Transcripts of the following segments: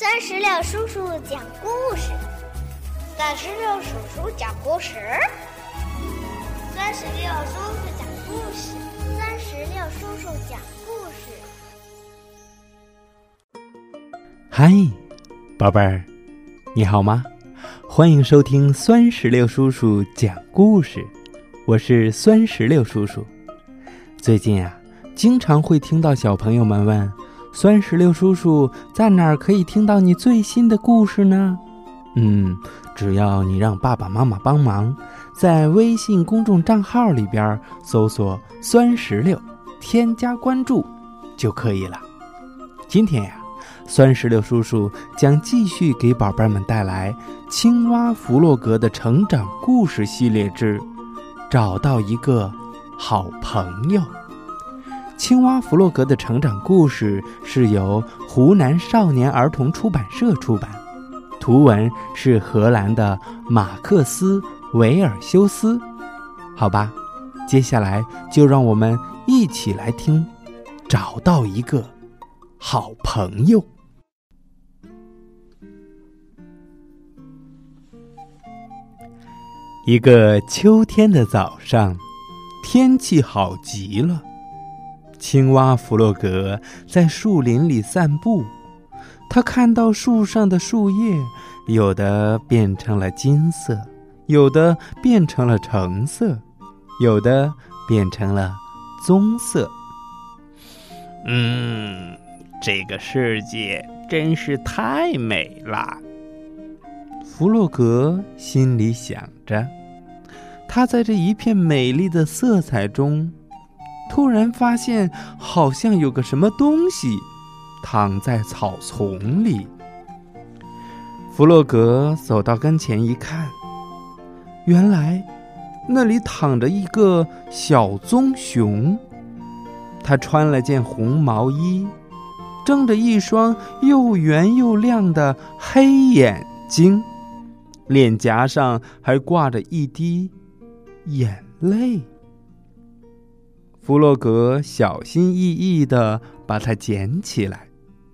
酸石榴叔叔讲故事， 酸石榴叔叔讲故事， 酸石榴叔叔讲故事，酸石榴叔叔讲故事。 嗨，宝贝儿，你好吗？欢迎收听酸石榴叔叔讲故事，我是酸石榴叔叔。最近经常会听到小朋友们问，酸石榴叔叔在哪儿可以听到你最新的故事呢？只要你让爸爸妈妈帮忙，在微信公众账号里边搜索酸石榴，添加关注就可以了。今天酸石榴叔叔将继续给宝贝们带来青蛙弗洛格的成长故事系列之找到一个好朋友。青蛙弗洛格的成长故事是由湖南少年儿童出版社出版，图文是荷兰的马克斯·维尔修斯。好吧，接下来就让我们一起来听找到一个好朋友。一个秋天的早上，天气好极了。青蛙弗洛格在树林里散步，他看到树上的树叶，有的变成了金色，有的变成了橙色，有的变成了棕色。 这个世界真是太美了， 弗洛格心里想着。他在这一片美丽的色彩中，突然发现好像有个什么东西躺在草丛里。弗洛格走到跟前一看，原来那里躺着一个小棕熊。他穿了件红毛衣，睁着一双又圆又亮的黑眼睛，脸颊上还挂着一滴眼泪。弗洛格小心翼翼地把它捡起来。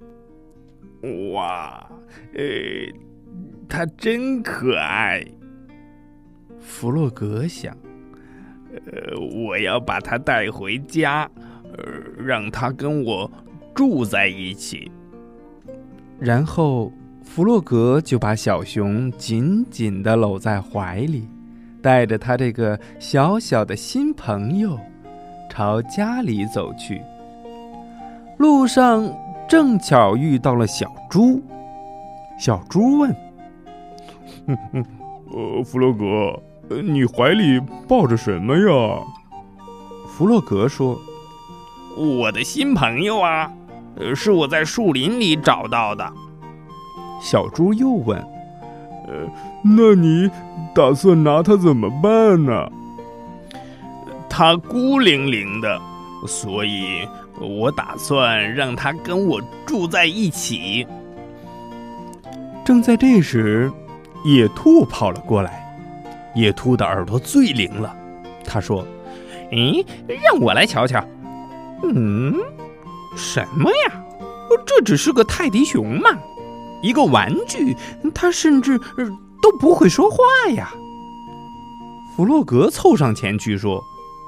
哇，它真可爱。 弗洛格想， 我要把它带回家，让它跟我住在一起。 然后弗洛格就把小熊紧紧地搂在怀里，带着他这个小小的新朋友朝家里走去。路上正巧遇到了小猪。小猪问： 弗洛格，你怀里抱着什么呀？ 弗洛格说： 我的新朋友啊，是我在树林里找到的。 小猪又问： 那你打算拿它怎么办呢？ 它孤零零的，所以我打算让它跟我住在一起。 正在这时，野兔跑了过来。野兔的耳朵最灵了，他说： 让我来瞧瞧。什么呀？这只是个泰迪熊嘛，一个玩具，它甚至都不会说话呀。 弗洛格凑上前去说：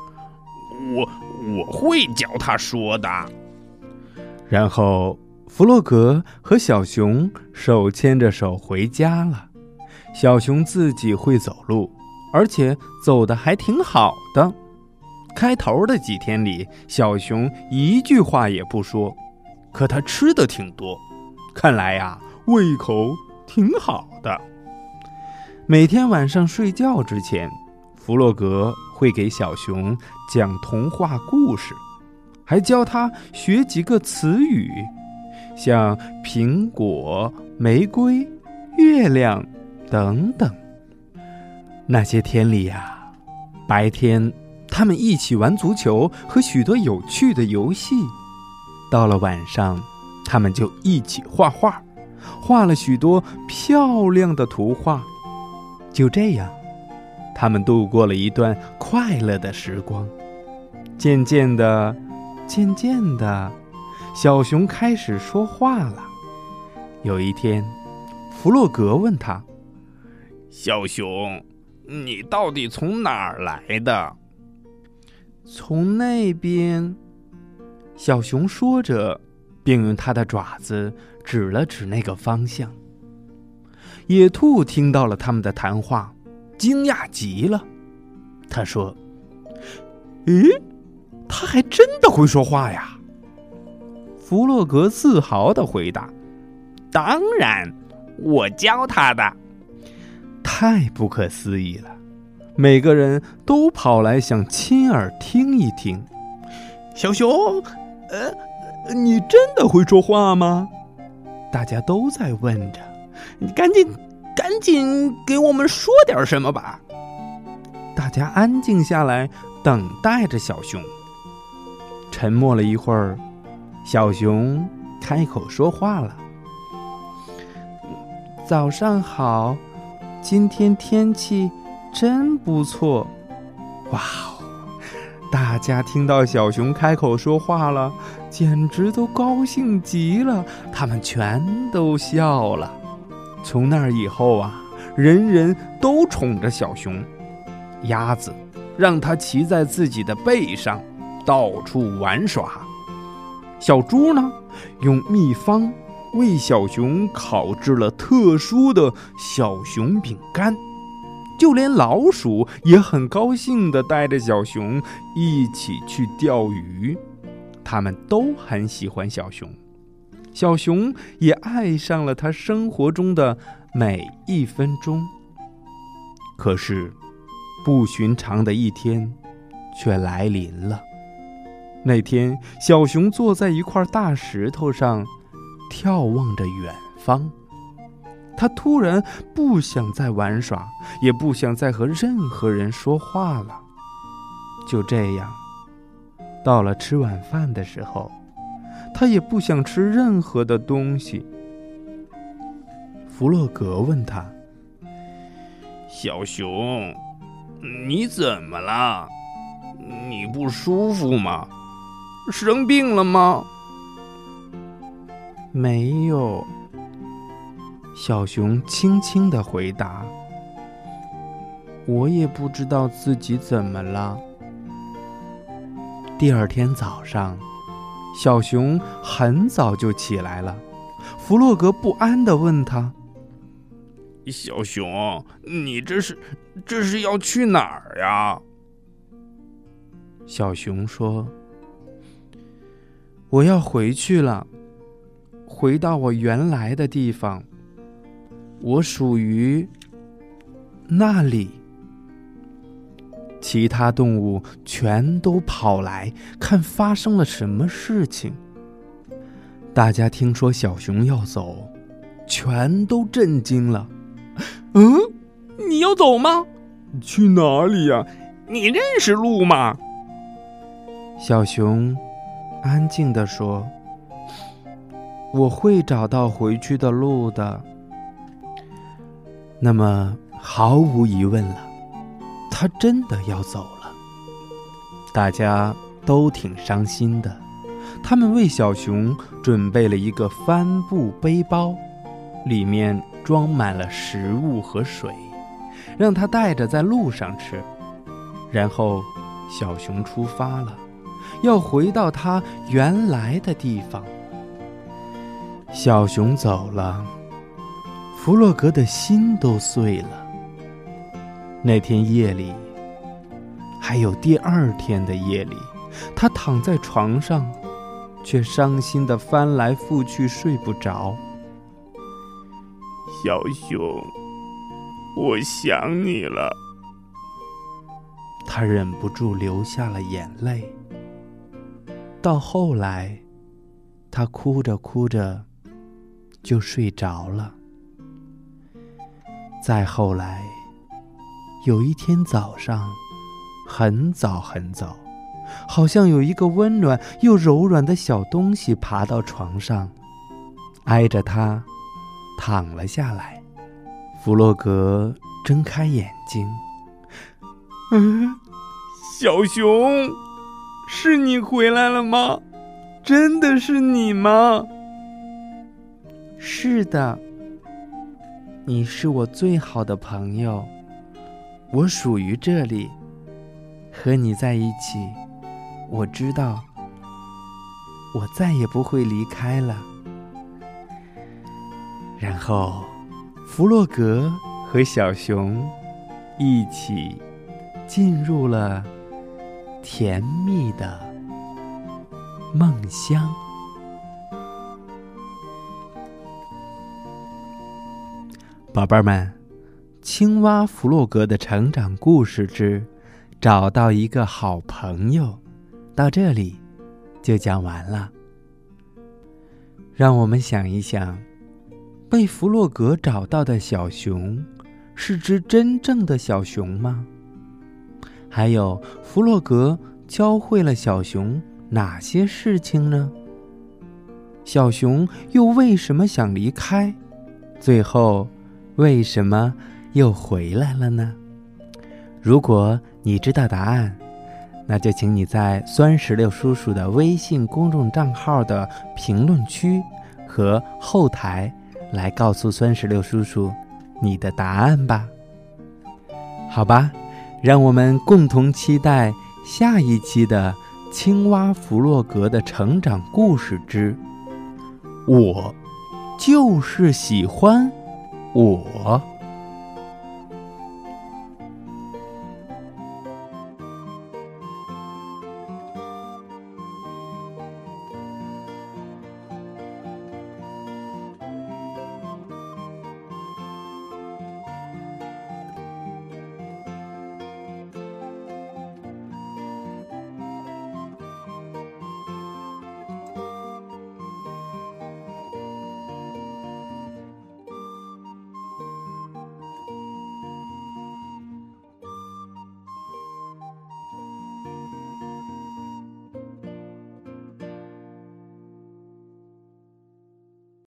我会教他说的。 然后弗洛格和小熊手牵着手回家了。小熊自己会走路，而且走得还挺好的。开头的几天里，小熊一句话也不说，可他吃的挺多，看来胃口挺好的。每天晚上睡觉之前，弗洛格会给小熊讲童话故事，还教他学几个词语，像苹果、玫瑰、月亮等等。那些天里白天他们一起玩足球和许多有趣的游戏，到了晚上他们就一起画画，画了许多漂亮的图画。就这样，他们度过了一段快乐的时光。渐渐的，小熊开始说话了。 有一天，弗洛格问他： 小熊，你到底从哪儿来的？ 从那边。小熊说着，并用它的爪子指了指那个方向。野兔听到了他们的谈话，惊讶极了。他说：咦，他还真的会说话呀！弗洛格自豪地回答： 当然，我教他的。 太不可思议了，每个人都跑来想亲耳听一听。小熊，你真的会说话吗？大家都在问着。 你赶紧给我们说点什么吧。 大家安静下来，等待着小熊。沉默了一会儿，小熊开口说话了：早上好，今天天气真不错。哇哦！大家听到小熊开口说话了，简直都高兴极了，他们全都笑了。从那以后啊，人人都宠着小熊。鸭子让它骑在自己的背上，到处玩耍。小猪呢，用秘方为小熊烤制了特殊的小熊饼干。就连老鼠也很高兴地带着小熊一起去钓鱼。他们都很喜欢小熊，小熊也爱上了他生活中的每一分钟。可是不寻常的一天却来临了。那天，小熊坐在一块大石头上，眺望着远方。他突然不想再玩耍，也不想再和任何人说话了。就这样，到了吃晚饭的时候，他也不想吃任何的东西。弗洛格问他： 小熊，你怎么了？你不舒服吗？生病了吗？ 没有。小熊轻轻地回答：我也不知道自己怎么了。第二天早上，小熊很早就起来了。弗洛格不安地问他： 小熊，你这是要去哪儿呀？ 小熊说：我要回去了，回到我原来的地方。我属于那里。其他动物全都跑来看发生了什么事情。大家听说小熊要走，全都震惊了。 你要走吗？ 去哪里呀？ 你认识路吗？ 小熊安静地说：我会找到回去的路的。那么毫无疑问了，他真的要走了。大家都挺伤心的，他们为小熊准备了一个帆布背包，里面装满了食物和水，让他带着在路上吃。然后小熊出发了，要回到他原来的地方。小熊走了，弗洛格的心都碎了。那天夜里，还有第二天的夜里，他躺在床上，却伤心地翻来覆去睡不着。 小熊，我想你了。 他忍不住流下了眼泪。到后来，他哭着哭着就睡着了。再后来，有一天早上，很早很早，好像有一个温暖又柔软的小东西爬到床上，挨着他躺了下来。弗洛格睁开眼睛， 小熊，是你回来了吗？真的是你吗？ 是的，你是我最好的朋友，我属于这里，和你在一起，我知道我再也不会离开了。然后弗洛格和小熊一起进入了甜蜜的梦乡。宝贝们，青蛙弗洛格的成长故事之找到一个好朋友，到这里就讲完了。让我们想一想，被弗洛格找到的小熊是只真正的小熊吗？还有，弗洛格教会了小熊哪些事情呢？小熊又为什么想离开？最后为什么又回来了呢？如果你知道答案，那就请你在酸石榴叔叔的微信公众账号的评论区和后台来告诉酸石榴叔叔你的答案吧。好吧，让我们共同期待下一期的青蛙弗洛格的成长故事之我就是喜欢我。